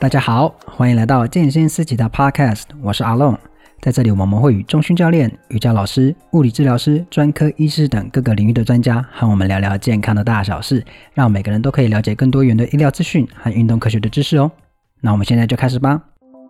大家好，欢迎来到健身思齐的 Podcast， 我是阿龙。在这里我们会与重训教练、瑜伽老师、物理治疗师、专科医师等各个领域的专家和我们聊聊健康的大小事，让每个人都可以了解更多元的医疗资讯和运动科学的知识哦。那我们现在就开始吧。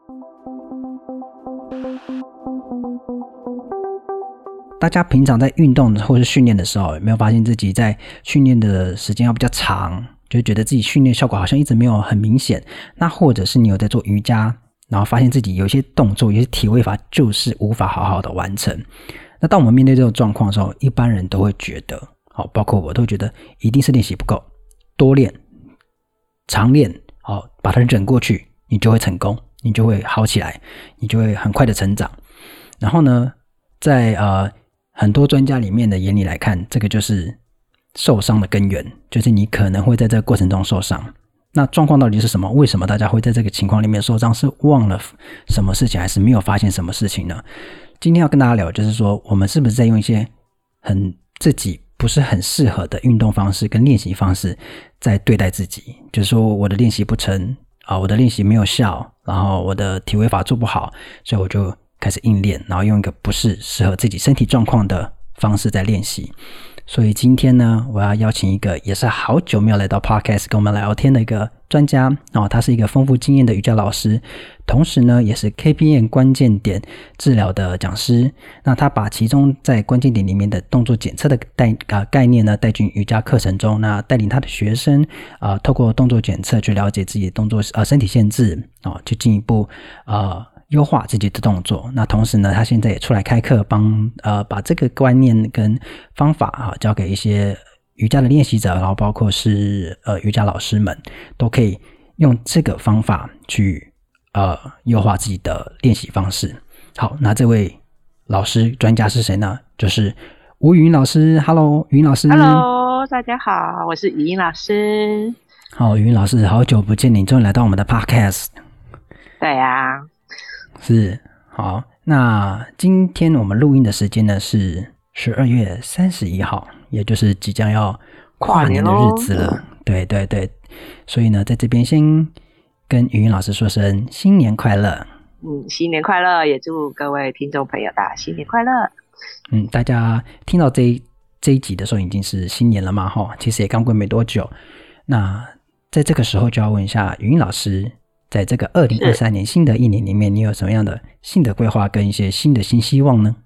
大家平常在运动或是训练的时候，有没有发现自己在训练的时间要比较长，就觉得自己训练效果好像一直没有很明显？那或者是你有在做瑜伽，然后发现自己有一些动作、有些体位法就是无法好好的完成。那当我们面对这种状况的时候，一般人都会觉得，包括我都觉得一定是练习不够，多练、常练，把它忍过去，你就会成功，你就会好起来，你就会很快的成长。然后呢，在很多专家里面的眼里来看，这个就是受伤的根源，就是你可能会在这个过程中受伤。那状况到底是什么？为什么大家会在这个情况里面受伤？是忘了什么事情，还是没有发现什么事情呢？今天要跟大家聊，就是说我们是不是在用一些自己不是很适合的运动方式跟练习方式在对待自己？就是说我的练习不成我的练习没有效，然后我的体位法做不好，所以我就开始硬练，然后用一个不是适合自己身体状况的方式在练习。所以今天呢，我要邀请一个也是好久没有来到 Podcast 跟我们聊天的一个专家他是一个丰富经验的瑜伽老师，同时呢也是 KPN 关键点治疗的讲师。那他把其中在关键点里面的动作检测的概念呢带进瑜伽课程中，那带领他的学生透过动作检测去了解自己的动作身体限制去进一步优化自己的动作。那同时呢，他现在也出来开课，把这个观念跟方法交给一些瑜伽的练习者，然后包括是瑜伽老师们，都可以用这个方法去优化自己的练习方式。好，那这位老师专家是谁呢？就是吴语音老师。Hello， 语音老师。 Hello， 大家好，我是语音老师。 好，语音老师，好久不见，你终于来到我们的 Podcast。 对啊。 是，好，那今天我们录音的时间呢是12月31号，也就是即将要跨年的日子了。对对对，所以呢，在这边先跟语音老师说声新年快乐。 新年快乐，也祝各位听众朋友大家新年快乐。 大家听到这一集的时候已经是新年了嘛，其实也刚过没多久。那在这个时候就要问一下语音老师，在这个2023年新的一年里面，你有什么样的新的规划跟一些新的新希望呢？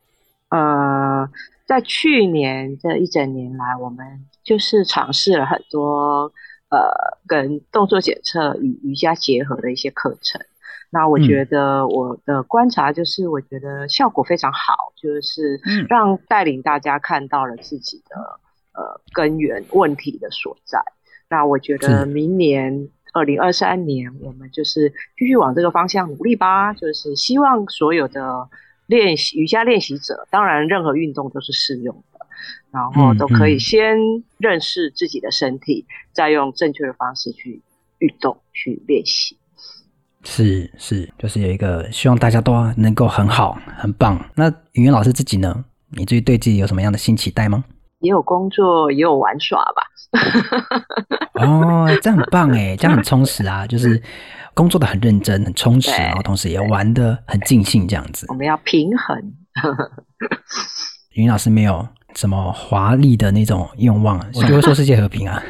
在去年这一整年来，我们就是尝试了很多跟动作检测与瑜伽结合的一些课程。那我觉得我的观察就是，我觉得效果非常好，就是让带领大家看到了自己的根源问题的所在。那我觉得明年2023年我们就是继续往这个方向努力吧，就是希望所有的瑜伽练习者，当然任何运动都是适用的，然后都可以先认识自己的身体，再用正确的方式去运动去练习。 是，就是有一个希望大家都能够很好很棒。那语音老师自己呢，你对自己有什么样的新期待吗？ 也有工作也有玩耍吧。 这样很棒耶，这样很充实啊，就是工作的很认真很充实，然后同时也玩的很尽兴这样子。 我们要平衡。 语音老师没有什么华丽的那种愿望，我就会说世界和平啊。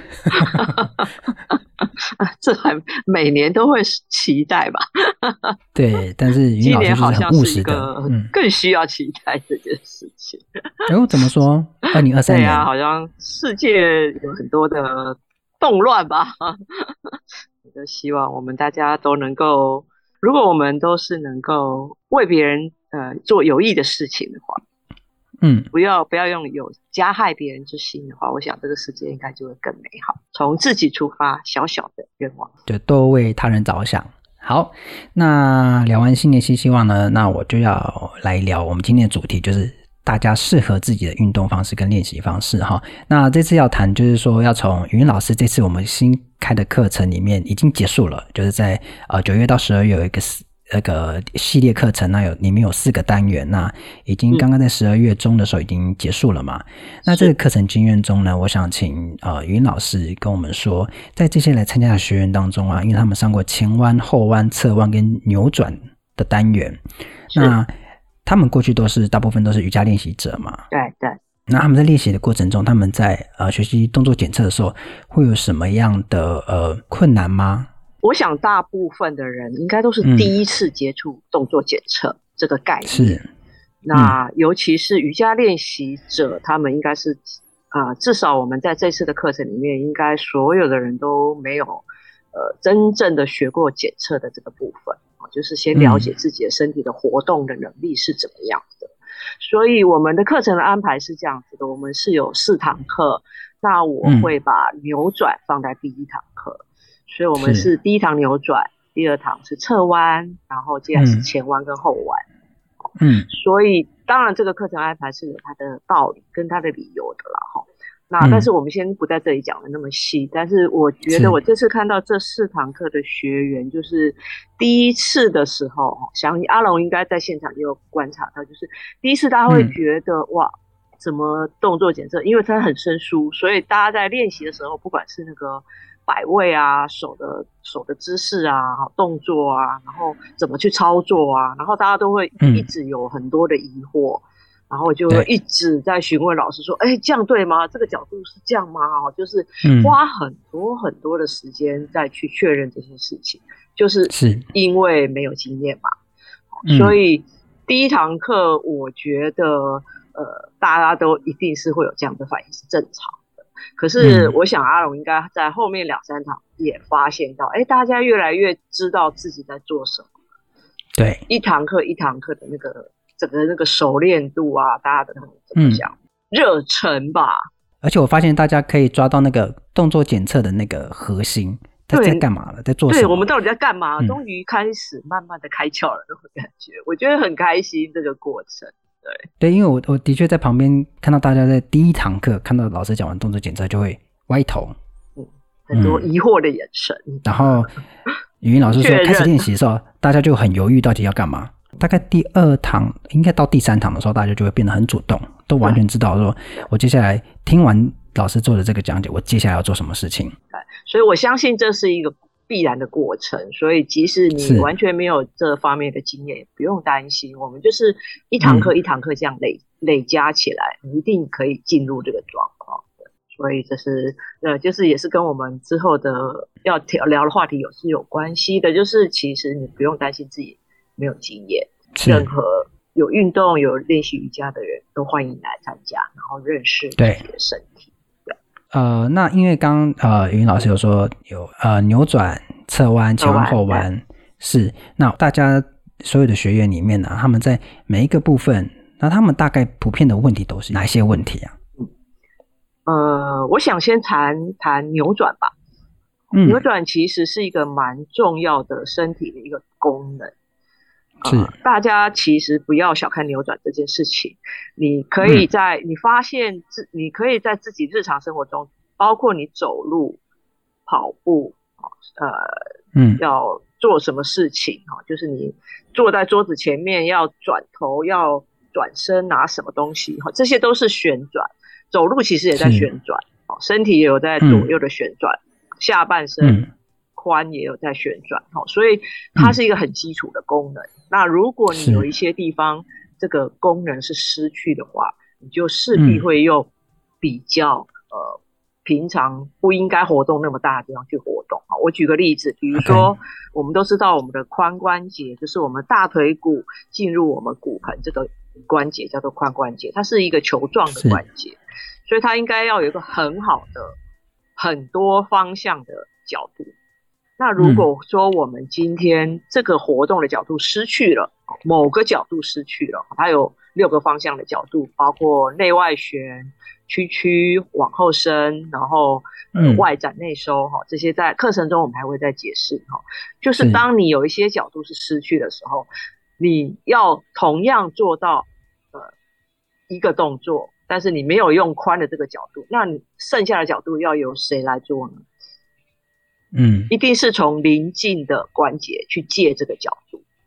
这还每年都会期待吧。 对，但是语音老师就是很务实的， 更需要期待这件事情。 怎么说？2023年， 对啊，好像世界有很多的动乱吧。我就希望我们大家都能够，如果我们都是能够为别人做有益的事情的话，不要用有加害别人之心的话，我想这个世界应该就会更美好。从自己出发，小小的愿望， 就多为他人着想。好，那聊完新年新希望呢，那我就要来聊我们今天的主题，就是大家适合自己的运动方式跟练习方式哈。那这次要谈就是说，要从语音老师这次我们新开的课程里面已经结束了，就是在9月到12月有一个那个系列课程，那里面有4个单元，那已经刚刚在12月中的时候已经结束了嘛。那这个课程经验中呢，我想请云老师跟我们说，在这些来参加的学员当中啊，因为他们上过前弯、后弯、侧弯跟扭转的单元，那他们过去大部分都是瑜伽练习者嘛。 对。 那他们在练习的过程中，他们在学习动作检测的时候，会有什么样的困难吗？ 我想大部分的人应该都是第一次接触动作检测这个概念。 是。 那尤其是瑜伽练习者，他们应该是至少我们在这次的课程里面，应该所有的人都没有真正的学过检测的这个部分，就是先了解自己的身体的活动的能力是怎么样的。所以我们的课程的安排是这样子的，我们是有4堂课，那我会把扭转放在第1堂课，所以我们是第1堂扭转，第2堂是侧弯，然后接下来是前弯跟后弯。所以当然这个课程安排是有它的道理跟它的理由的啦齁。那但是我们先不在这里讲的那么细，但是我觉得我这次看到这4堂课的学员，就是第一次的时候，想阿龙应该在现场也有观察到，就是第一次大家会觉得哇，怎么动作检测，因为它很生疏，所以大家在练习的时候，不管是那个摆位啊、手的姿势啊、动作啊，然后怎么去操作啊，然后大家都会一直有很多的疑惑。然后就会一直在询问老师说，这样对吗？这个角度是这样吗？就是花很多很多的时间再去确认这些事情，就是因为没有经验嘛。所以第1堂课我觉得大家都一定是会有这样的反应，是正常的。可是我想阿龙应该在后面2、3堂也发现到，大家越来越知道自己在做什么。 对 ，1堂课1堂课的那个整个那个熟练度啊，大家的怎么讲，热忱吧。 而且我发现大家可以抓到那个动作检测的那个核心，他在干嘛了，在做什么？ 对，我们到底在干嘛？终于开始慢慢的开窍了，那种感觉，我觉得很开心这个过程。 对，因为我的确在旁边看到大家在第1堂课看到老师讲完动作检测就会歪头， 很多疑惑的眼神。 然后语音老师说开始练习的时候，大家就很犹豫到底要干嘛。大概第2堂应该到第3堂的时候，大家就会变得很主动，都完全知道说我接下来听完老师做的这个讲解，我接下来要做什么事情。 所以我相信这是一个必然的过程，所以即使你完全没有这方面的经验，也不用担心，我们就是1堂课1堂课这样累加起来，你一定可以进入这个状况的。所以这是就是也是跟我们之后的要聊的话题是有关系的，就是其实你不用担心自己没有经验，任何有运动有练习瑜伽的人都欢迎来参加，然后认识自己的身体。 那因为刚云老师有说有扭转、侧弯、前弯、后弯，是那大家所有的学员里面呢，他们在每一个部分，那他们大概普遍的问题都是哪些问题啊？ 我想先谈扭转吧。扭转其实是一个蛮重要的身体的一个功能。大家其实不要小看扭转这件事情，你可以你发现你可以在自己日常生活中，包括你走路、跑步，要做什么事情，就是你坐在桌子前面要转头、要转身拿什么东西，这些都是旋转。走路其实也在旋转，身体也有在左右的旋转，下半身髋也有在旋转，所以它是一个很基础的功能。那如果你有一些地方这个功能是失去的话，你就势必会用比较平常不应该活动那么大的地方去活动。我举个例子，比如说我们都知道我们的髋关节，就是我们大腿骨进入我们骨盆这个关节叫做髋关节，它是一个球状的关节，所以它应该要有一个很好的很多方向的角度。那如果说我们今天这个活动的角度失去了，某个角度失去了，它有6个方向的角度，包括内外旋、屈曲、往后伸，然后外展内收，这些在课程中我们还会再解释。就是当你有一些角度是失去的时候，你要同样做到一个动作，但是你没有用髋的这个角度，那你剩下的角度要由谁来做呢？一定是从邻近的关节去借这个角度。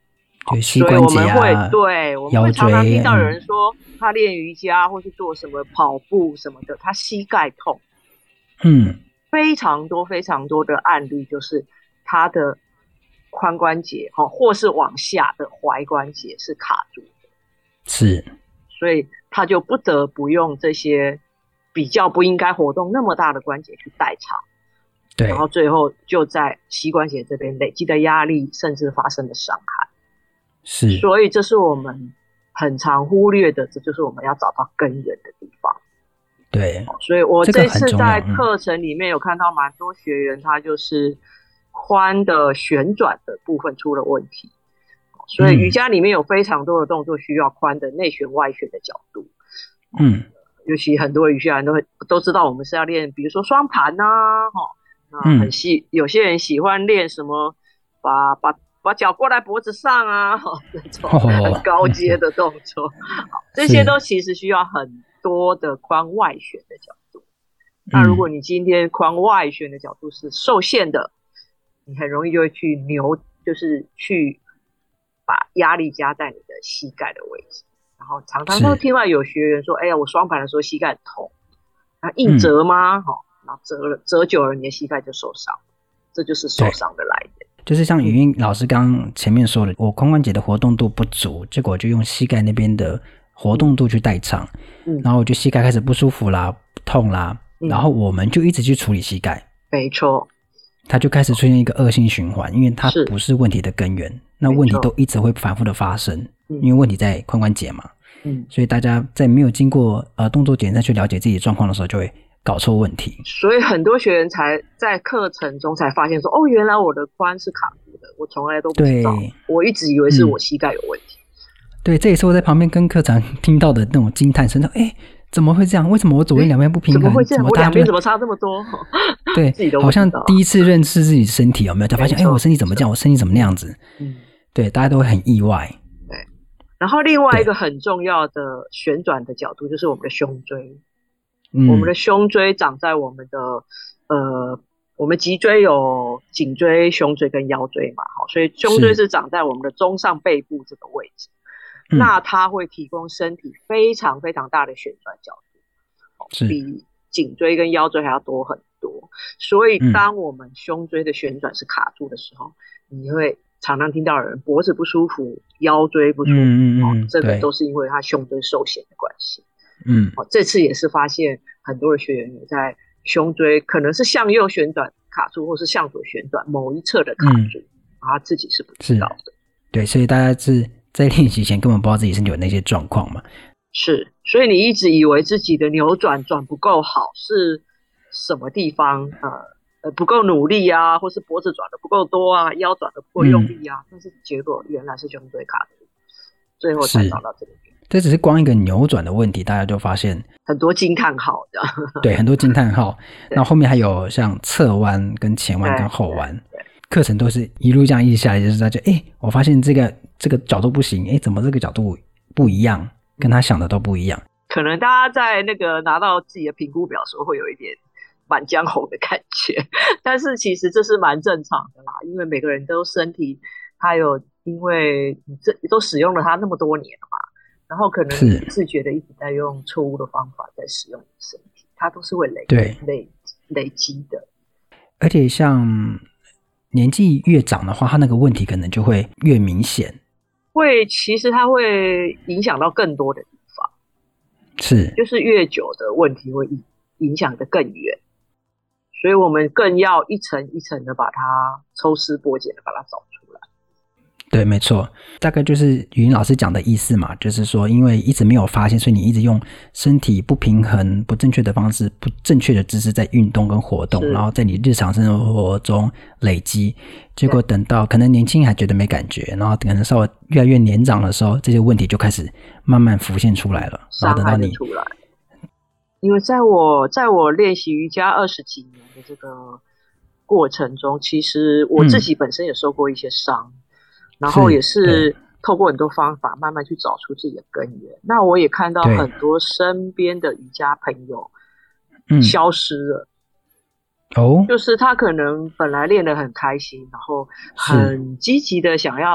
就膝关节啊， 我们会常常听到有人说他练瑜伽或是做什么跑步什么的，他膝盖痛。非常多非常多的案例就是他的髋关节或是往下的踝关节是卡住的， 是， 所以他就不得不用这些比较不应该活动那么大的关节去代偿， 对， 然后最后就在膝关节这边累积的压力，甚至发生了伤害。 是， 所以这是我们很常忽略的，这就是我们要找到根源的地方。 对， 所以我这次在课程里面有看到蛮多学员，他就是髋的旋转的部分出了问题。所以瑜伽里面有非常多的动作需要髋的内旋外旋的角度。尤其很多瑜伽人都知道我们是要练，比如说双盘啊，有些人喜欢练什么把脚过来脖子上啊，那种很高阶的动作。这些都其实需要很多的髋外旋的角度。那如果你今天髋外旋的角度是受限的，你很容易就会就是去把压力加在你的膝盖的位置。然后常常都听到有学员说，哎呀，我双盘的时候膝盖很痛，那硬折吗？然后折久了你的膝盖就受伤，这就是受伤的来源。 就是像语音老师刚前面说的，我髋关节的活动度不足，结果我就用膝盖那边的活动度去代偿，然后我就膝盖开始不舒服啦，痛啦，然后我们就一直去处理膝盖， 没错， 它就开始出现一个恶性循环，因为它不是问题的根源，那问题都一直会反复的发生，因为问题在髋关节嘛，所以大家在没有经过动作检测去了解自己的状况的时候，就会搞错问题。 所以很多学员才在课程中才发现说，哦，原来我的髋是卡住的，我从来都不知道，我一直以为是我膝盖有问题。 对，这也是我在旁边跟课长听到的那种惊叹声，怎么会这样？为什么我左右两边不平衡？ 怎么会这样？我两边怎么差这么多？ 对，好像第一次认识自己身体，有没有？就发现，我身体怎么这样？我身体怎么那样子？对，大家都会很意外。 对，然后另外一个很重要的旋转的角度就是我们的胸椎。我们的胸椎长在我们的我们脊椎有颈椎、胸椎跟腰椎嘛，所以胸椎是长在我们的中上背部这个位置。那它会提供身体非常非常大的旋转角度，比颈椎跟腰椎还要多很多。所以当我们胸椎的旋转是卡住的时候，你会常常听到有人脖子不舒服、腰椎不舒服，这个都是因为他胸椎受限的关系。这次也是发现很多的学员有在胸椎可能是向右旋转卡住，或是向左旋转某一侧的卡住，他自己是不知道的。 对，所以大家是在练习前根本不知道自己身体有那些状况嘛。 是，所以你一直以为自己的扭转不够好，是什么地方不够努力啊，或是脖子转的不够多啊，腰转的不够用力啊，但是结果原来是胸椎卡住，最后才找到这个点。 这只是光一个扭转的问题，大家就发现很多惊叹号的。 对，很多惊叹号。那后面还有像侧弯跟前弯跟后弯，课程都是一路这样一下来，就是大家我发现这个角度不行，怎么这个角度不一样，跟他想的都不一样。 可能大家在那个拿到自己的评估表的时候会有一点满江红的感觉，但是其实这是蛮正常的啦，因为每个人都身体他有，因为你都使用了它那么多年了嘛，然后可能你自觉的一直在用错误的方法在使用你的身体，它都是会累积的。 而且像年纪越长的话，它那个问题可能就会越明显， 其实它会影响到更多的地方，就是越久的问题会影响得更远，所以我们更要一层一层的把它抽丝剥茧的把它找出来。 对，没错，大概就是语音老师讲的意思嘛，就是说因为一直没有发现，所以你一直用身体不平衡、不正确的方式、不正确的姿势在运动跟活动，然后在你日常生活中累积，结果等到可能年轻还觉得没感觉，然后可能稍微越来越年长的时候，这些问题就开始慢慢浮现出来了，然后等到你出来。因为在我练习瑜伽20几年的这个过程中，其实我自己本身也受过一些伤，然后也是透过很多方法慢慢去找出自己的根源。那我也看到很多身边的瑜伽朋友消失了，就是他可能本来练得很开心，然后很积极的想要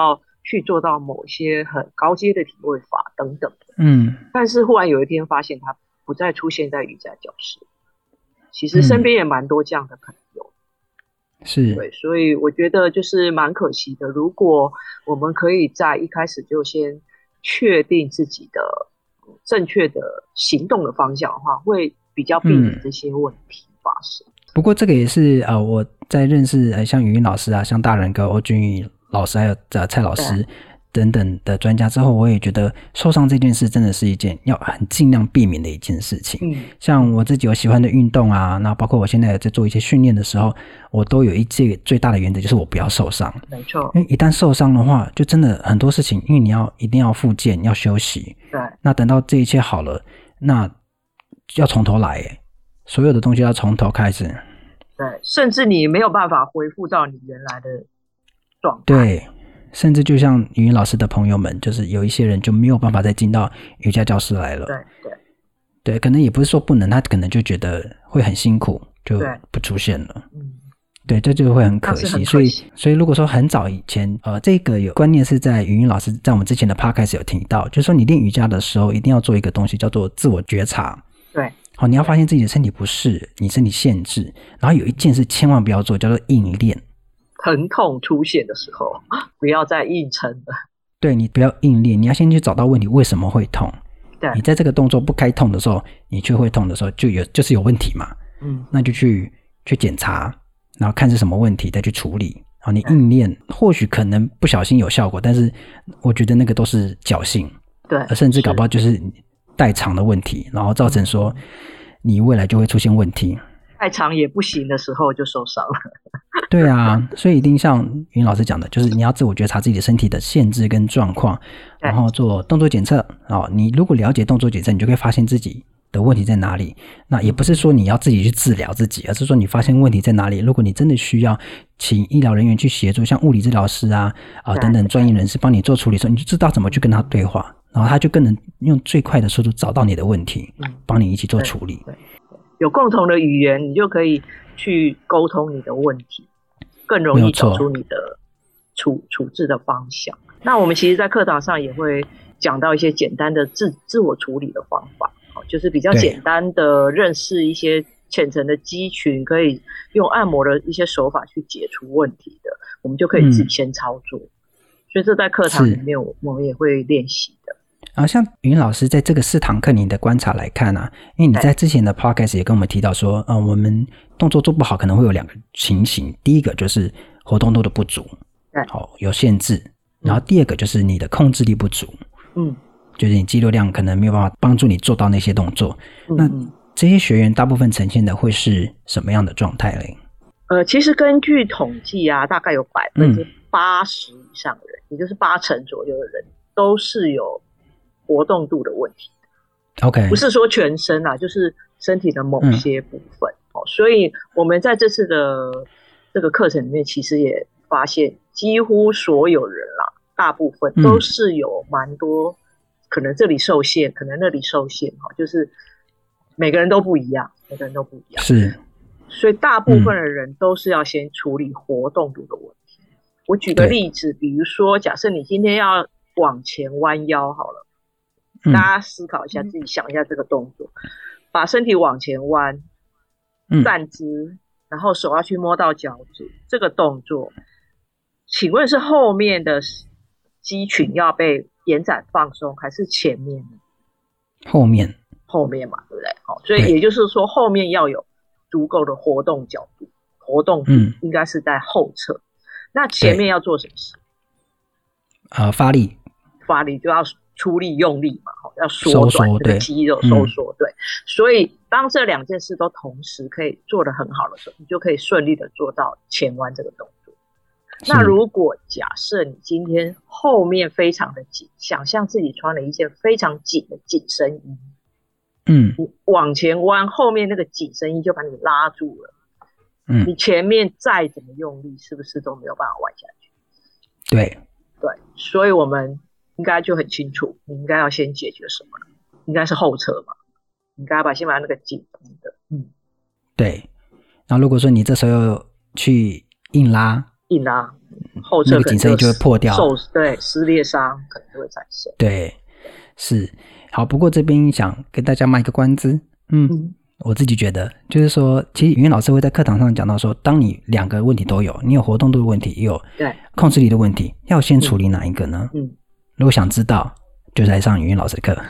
去做到某些很高阶的体位法等等的。 但是忽然有一天发现他不再出现在瑜伽教室，其实身边也蛮多这样的朋友。 是， 对，所以我觉得就是蛮可惜的。如果我们可以在一开始就先确定自己的正确的行动的方向的话，会比较避免这些问题发生。 不过这个也是我在认识像语音老师啊，像大人哥、欧俊宇老师还有蔡老师等等的专家之后，我也觉得受伤这件事真的是一件要很尽量避免的一件事情。像我自己有喜欢的运动啊，那包括我现在在做一些训练的时候，我都有一个最大的原则，就是我不要受伤。 没错， 因为一旦受伤的话，就真的很多事情，因为你一定要复健，要休息。 对， 那等到这一切好了，那要从头来耶，所有的东西要从头开始。 对，甚至你没有办法恢复到你原来的状态。 对。甚至就像语音老师的朋友们，就是有一些人就没有办法再进到瑜伽教室来了。对，可能也不是说不能，他可能就觉得会很辛苦，就不出现了。对，这就会很可惜。所以如果说很早以前，这个有观念是在语音老师在我们之前的 podcast 有提到，就是说你练瑜伽的时候一定要做一个东西叫做自我觉察。 对， 好，你要发现自己的身体不适，你身体限制，然后有一件事千万不要做，叫做硬练。 疼痛出现的时候，不要再硬撑了。 对，你不要硬练，你要先去找到问题为什么会痛。 对， 你在这个动作不该痛的时候，你却会痛的时候，就是有问题嘛。那就去检查，然后看是什么问题，再去处理。然后你硬练，或许可能不小心有效果，但是我觉得那个都是侥幸。 对， 甚至搞不好就是代偿的问题，然后造成说你未来就会出现问题。 太长也不行的时候就受伤了。 对啊，所以一定像云老师讲的，就是你要自我觉察自己的身体的限制跟状况，然后做动作检测。你如果了解动作检测，你就可以发现自己的问题在哪里。那也不是说你要自己去治疗自己，而是说你发现问题在哪里。如果你真的需要请医疗人员去协助，像物理治疗师等等专业人士帮你做处理的时候，你就知道怎么去跟他对话，然后他就更能用最快的速度找到你的问题，帮你一起做处理。 有共同的语言，你就可以去沟通你的问题，更容易找出你的处置的方向。那我们其实在课堂上也会讲到一些简单的自我处理的方法，就是比较简单的认识一些浅层的肌群，可以用按摩的一些手法去解除问题的，我们就可以自己先操作。所以这在课堂里面我们也会练习的。 像云老师在这个4堂课你的观察来看啊，因为你在之前的 podcast 也跟我们提到说，我们动作做不好可能会有2个情形，第一个就是活动度的不足，有限制，然后第二个就是你的控制力不足，就是你肌肉量可能没有办法帮助你做到那些动作。那这些学员大部分呈现的会是什么样的状态嘞？ 其实根据统计啊，大概有80%以上的人，也就是80%左右的人都是有活动度的问题。 OK， 不是说全身啊，就是身体的某些部分。所以我们在这次的这个课程里面，其实也发现几乎所有人啦，大部分都是有蛮多，可能这里受限，可能那里受限，就是每个人都不一样， 是， 所以大部分的人都是要先处理活动度的问题。我举个例子，比如说，假设你今天要往前弯腰好了。大家思考一下，自己想一下这个动作，把身体往前弯，站姿，然后手要去摸到脚趾，这个动作，请问是后面的肌群要被延展放松，还是前面呢？后面嘛，对不对？所以也就是说，后面要有足够的活动角度，活动度应该是在后侧。那前面要做什么事？ 发力就要出力用力嘛，要缩短这个肌肉收缩，对。所以当这2件事都同时可以做得很好的时候，你就可以顺利的做到前弯这个动作。那如果假设你今天后面非常的紧，想象自己穿了一件非常紧的紧身衣，你往前弯，后面那个紧身衣就把你拉住了，你前面再怎么用力，是不是都没有办法弯下去？对，所以我们应该就很清楚，你应该要先解决什么？应该是后侧嘛，你应该先把那个紧绷的，对。 然后如果说你这时候去硬拉， 后侧可能那个紧身衣就会破掉， 对，撕裂伤可能就会产生。 对，是。好，不过这边想跟大家卖个关子，我自己觉得就是说，其实语言老师会在课堂上讲到说，当你2个问题都有，你有活动度的问题，也有控制力的问题，要先处理哪一个呢？如果想知道，就来上语言老师的课。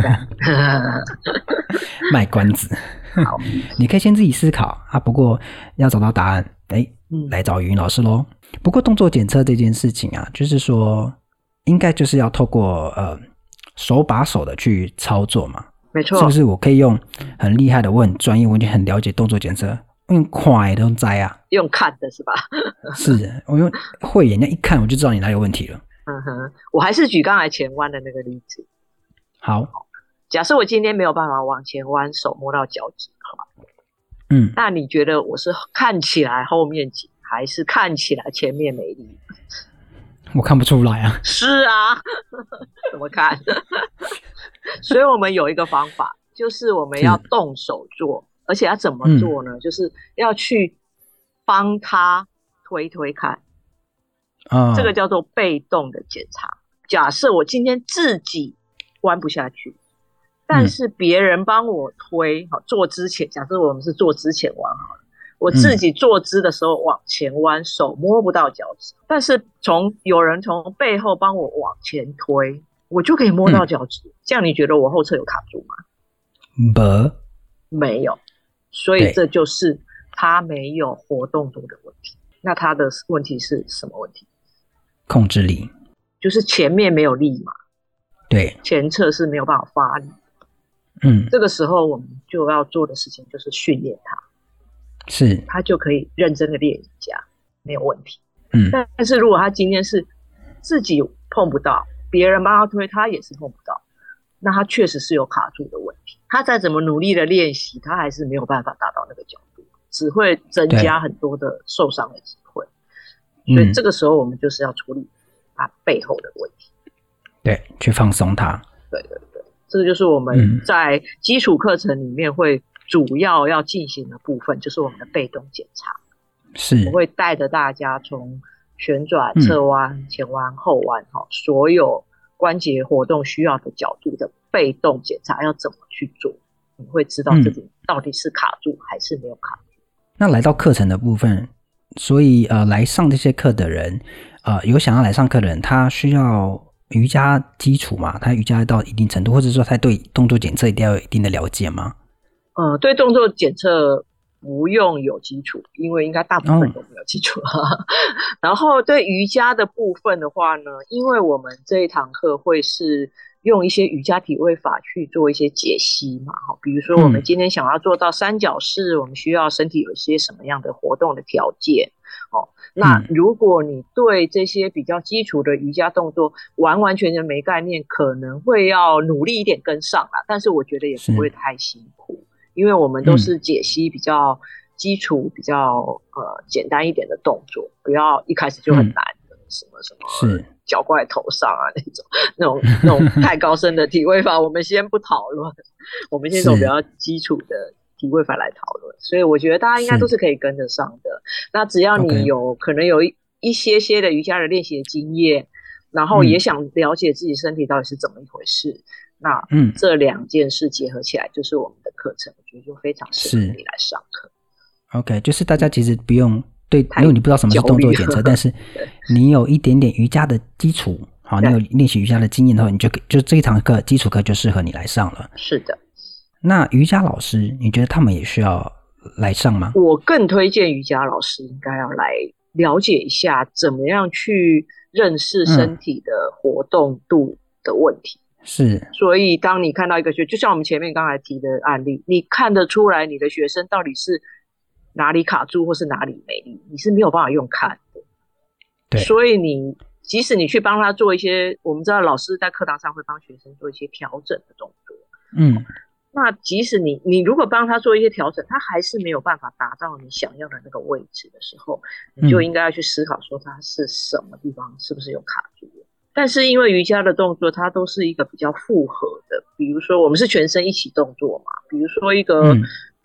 卖关子。 好， 你可以先自己思考啊，不过要找到答案，来找语音老师咯。不过动作检测这件事情啊，就是说应该就是要透过手把手的去操作嘛， 没错， 是不是？我可以用很厉害的，我很专业，我已经很了解动作检测，用快的都知啊， 用看的是吧？ 是我用慧眼，人家一看我就知道你哪有问题了。 我还是举刚才前弯的那个例子。 好， 假设我今天没有办法往前弯，手摸到脚趾的话，那你觉得我是看起来后面紧，还是看起来前面没力？ 我看不出来啊。 是啊，怎么看？所以我们有一个方法，就是我们要动手做，而且要怎么做呢？就是要去帮他推推看。这个叫做被动的检查。假设我今天自己弯不下去，但是别人帮我推，做之前，假设我们是做之前弯好了，我自己坐姿的时候往前弯，手摸不到脚趾，但是有人从背后帮我往前推，我就可以摸到脚趾。这样你觉得我后侧有卡住吗？没有，所以这就是他没有活动度的问题。那他的问题是什么问题？控制力，就是前面没有力嘛。对，前侧是没有办法发力。这个时候我们就要做的事情就是训练他，是他就可以认真的练瑜伽，没有问题。但是如果他今天是自己碰不到，别人帮他推，他也是碰不到，那他确实是有卡住的问题。他再怎么努力的练习，他还是没有办法达到那个角度，只会增加很多的受伤的机会。所以这个时候我们就是要处理他背后的问题，对，去放松他。对，这个就是我们在基础课程里面会主要进行的部分，就是我们的被动检查。是，我会带着大家从旋转、侧弯、前弯、后弯，所有关节活动需要的角度的被动检查要怎么去做，你会知道自己到底是卡住还是没有卡住。那来到课程的部分，所以来上这些课的人，有想要来上课的人，他需要瑜伽基础嘛？他瑜伽到一定程度，或者说他对动作检测一定要有一定的了解吗？对动作检测不用有基础，因为应该大部分都没有基础。然后对瑜伽的部分的话呢，因为我们这一堂课会是用一些瑜伽体位法去做一些解析嘛，比如说我们今天想要做到三角式，我们需要身体有一些什么样的活动的条件。那如果你对这些比较基础的瑜伽动作完完全全没概念，可能会要努力一点跟上啦，但是我觉得也不会太辛苦，因为我们都是解析比较基础、比较简单一点的动作，不要一开始就很难的，什么是脚挂在头上啊那种太高深的体位法，我们先不讨论，我们先从比较基础的体位法来讨论，所以我觉得大家应该都是可以跟得上的。那只要你可能有一些的瑜伽的练习的经验，然后也想了解自己身体到底是怎么一回事，那这两件事结合起来就是我们的课程，我觉得就非常适合你来上课。OK， 就是大家其实不用因为你不知道什么是动作检测，但是你有一点点瑜伽的基础，好，你有练习瑜伽的经验的话，你就这一堂课基础课就适合你来上了。是的。那瑜伽老师，你觉得他们也需要来上吗？我更推荐瑜伽老师应该要来了解一下怎么样去认识身体的活动度的问题。是，所以当你看到一个就像我们前面刚才提的案例，你看得出来你的学生到底是哪里卡住或是哪里没力，你是没有办法用看的。对，所以即使你去帮他做一些，我们知道老师在课堂上会帮学生做一些调整的动作，那即使你如果帮他做一些调整，他还是没有办法达到你想要的那个位置的时候，你就应该要去思考说他是什么地方是不是有卡住了。但是因为瑜伽的动作它都是一个比较复合的，比如说我们是全身一起动作嘛，比如说一个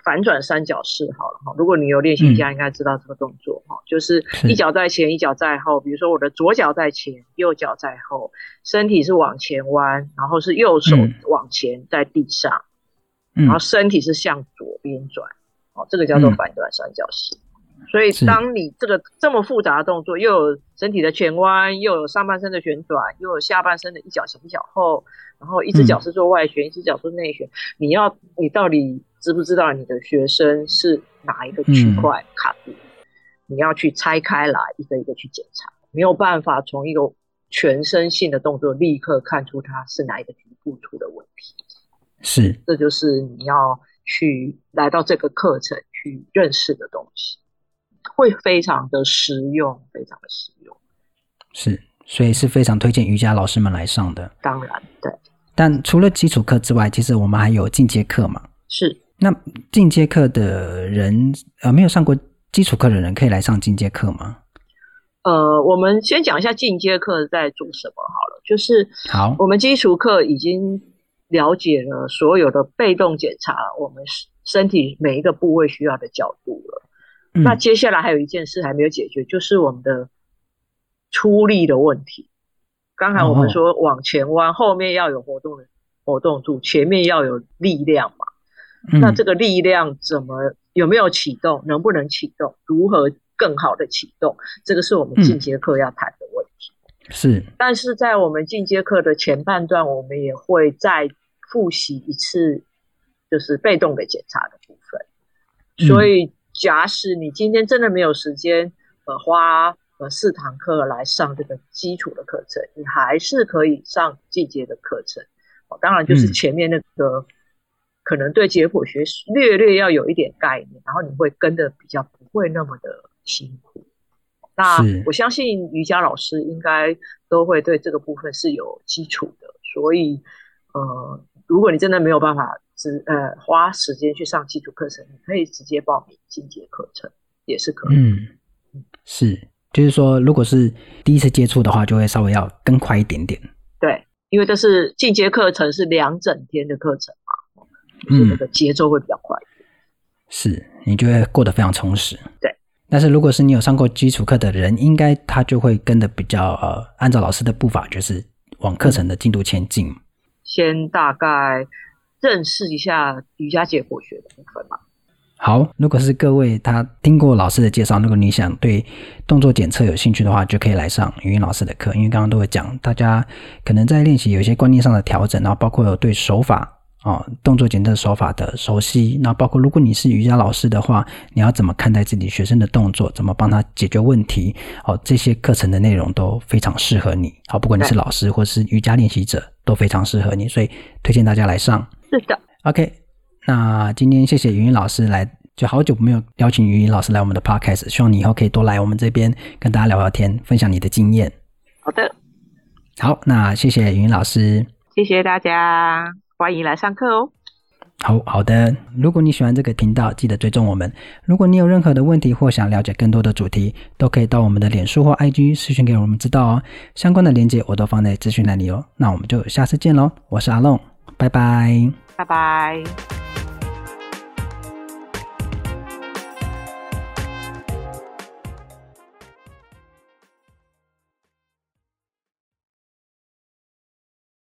反转三角式好了哈，如果你有练习瑜伽应该知道这个动作哈，就是一脚在前一脚在后，比如说我的左脚在前右脚在后，身体是往前弯，然后是右手往前在地上，然后身体是向左边转，这个叫做反转三角式。所以当你这个这么复杂的动作，又有身体的前弯，又有上半身的旋转，又有下半身的一脚前一脚后，然后一只脚是做外旋，一只脚是内旋，你到底知不知道你的学生是哪一个区块卡住？你要去拆开来一个一个去检查，没有办法从一个全身性的动作立刻看出它是哪一个局部出的问题。 是， 这就是你要去来到这个课程去认识的东西，会非常的实用，非常的实用。 是，所以是非常推荐瑜伽老师们来上的。 当然，对。 但除了基础课之外，其实我们还有进阶课嘛。 是。那进阶课的人，没有上过基础课的人可以来上进阶课吗？ 我们先讲一下进阶课在做什么好了。就是好， 我们基础课已经了解了所有的被动检查我们身体每一个部位需要的角度了。那接下来还有一件事还没有解决，就是我们的出力的问题。刚才我们说往前弯，后面要有活动度，前面要有力量嘛。那这个力量有没有启动，能不能启动，如何更好的启动，这个是我们进阶课要谈的问题。 是。 但是在我们进阶课的前半段，我们也会再复习一次就是被动的检查的部分。所以假使你今天真的没有时间花4堂课来上这个基础的课程，你还是可以上进阶的课程。当然就是前面那个可能对解剖学略要有一点概念，然后你会跟得比较不会那么的辛苦。那我相信瑜伽老师应该都会对这个部分是有基础的，所以如果你真的没有办法花时间去上基础课程，你可以直接报名进阶课程也是可以。 是，就是说如果是第一次接触的话，就会稍微要更快一点点。 对，因为这是进阶课程是2整天的课程嘛，就是那个节奏会比较快一点。 是，你就会过得非常充实。 对。 但是如果是你有上过基础课的人，应该他就会跟得比较按照老师的步伐，就是往课程的进度前进。 先大概认识一下瑜伽解剖学的部分嘛。 好，如果是各位他听过老师的介绍，如果你想对动作检测有兴趣的话，就可以来上云云老师的课。因为刚刚都会讲，大家可能在练习有一些观念上的调整，然后包括有对手法动作检测手法的熟悉，那包括如果你是瑜伽老师的话，你要怎么看待自己学生的动作，怎么帮他解决问题，这些课程的内容都非常适合你。不管你是老师或是瑜伽练习者，都非常适合你，所以推荐大家来上。 是的。 OK， 那今天谢谢云云老师来，就好久没有邀请云云老师来我们的 podcast， 希望你以后可以多来我们这边跟大家聊聊天，分享你的经验。 好的。 好，那谢谢云云老师。 谢谢大家。欢迎来上课哦。 好的，如果你喜欢这个频道，记得追踪我们。如果你有任何的问题或想了解更多的主题，都可以到我们的脸书或 IG 私讯给我们知道哦。相关的连结我都放在资讯栏里哦。那我们就下次见咯，我是阿龙，拜拜。 拜拜。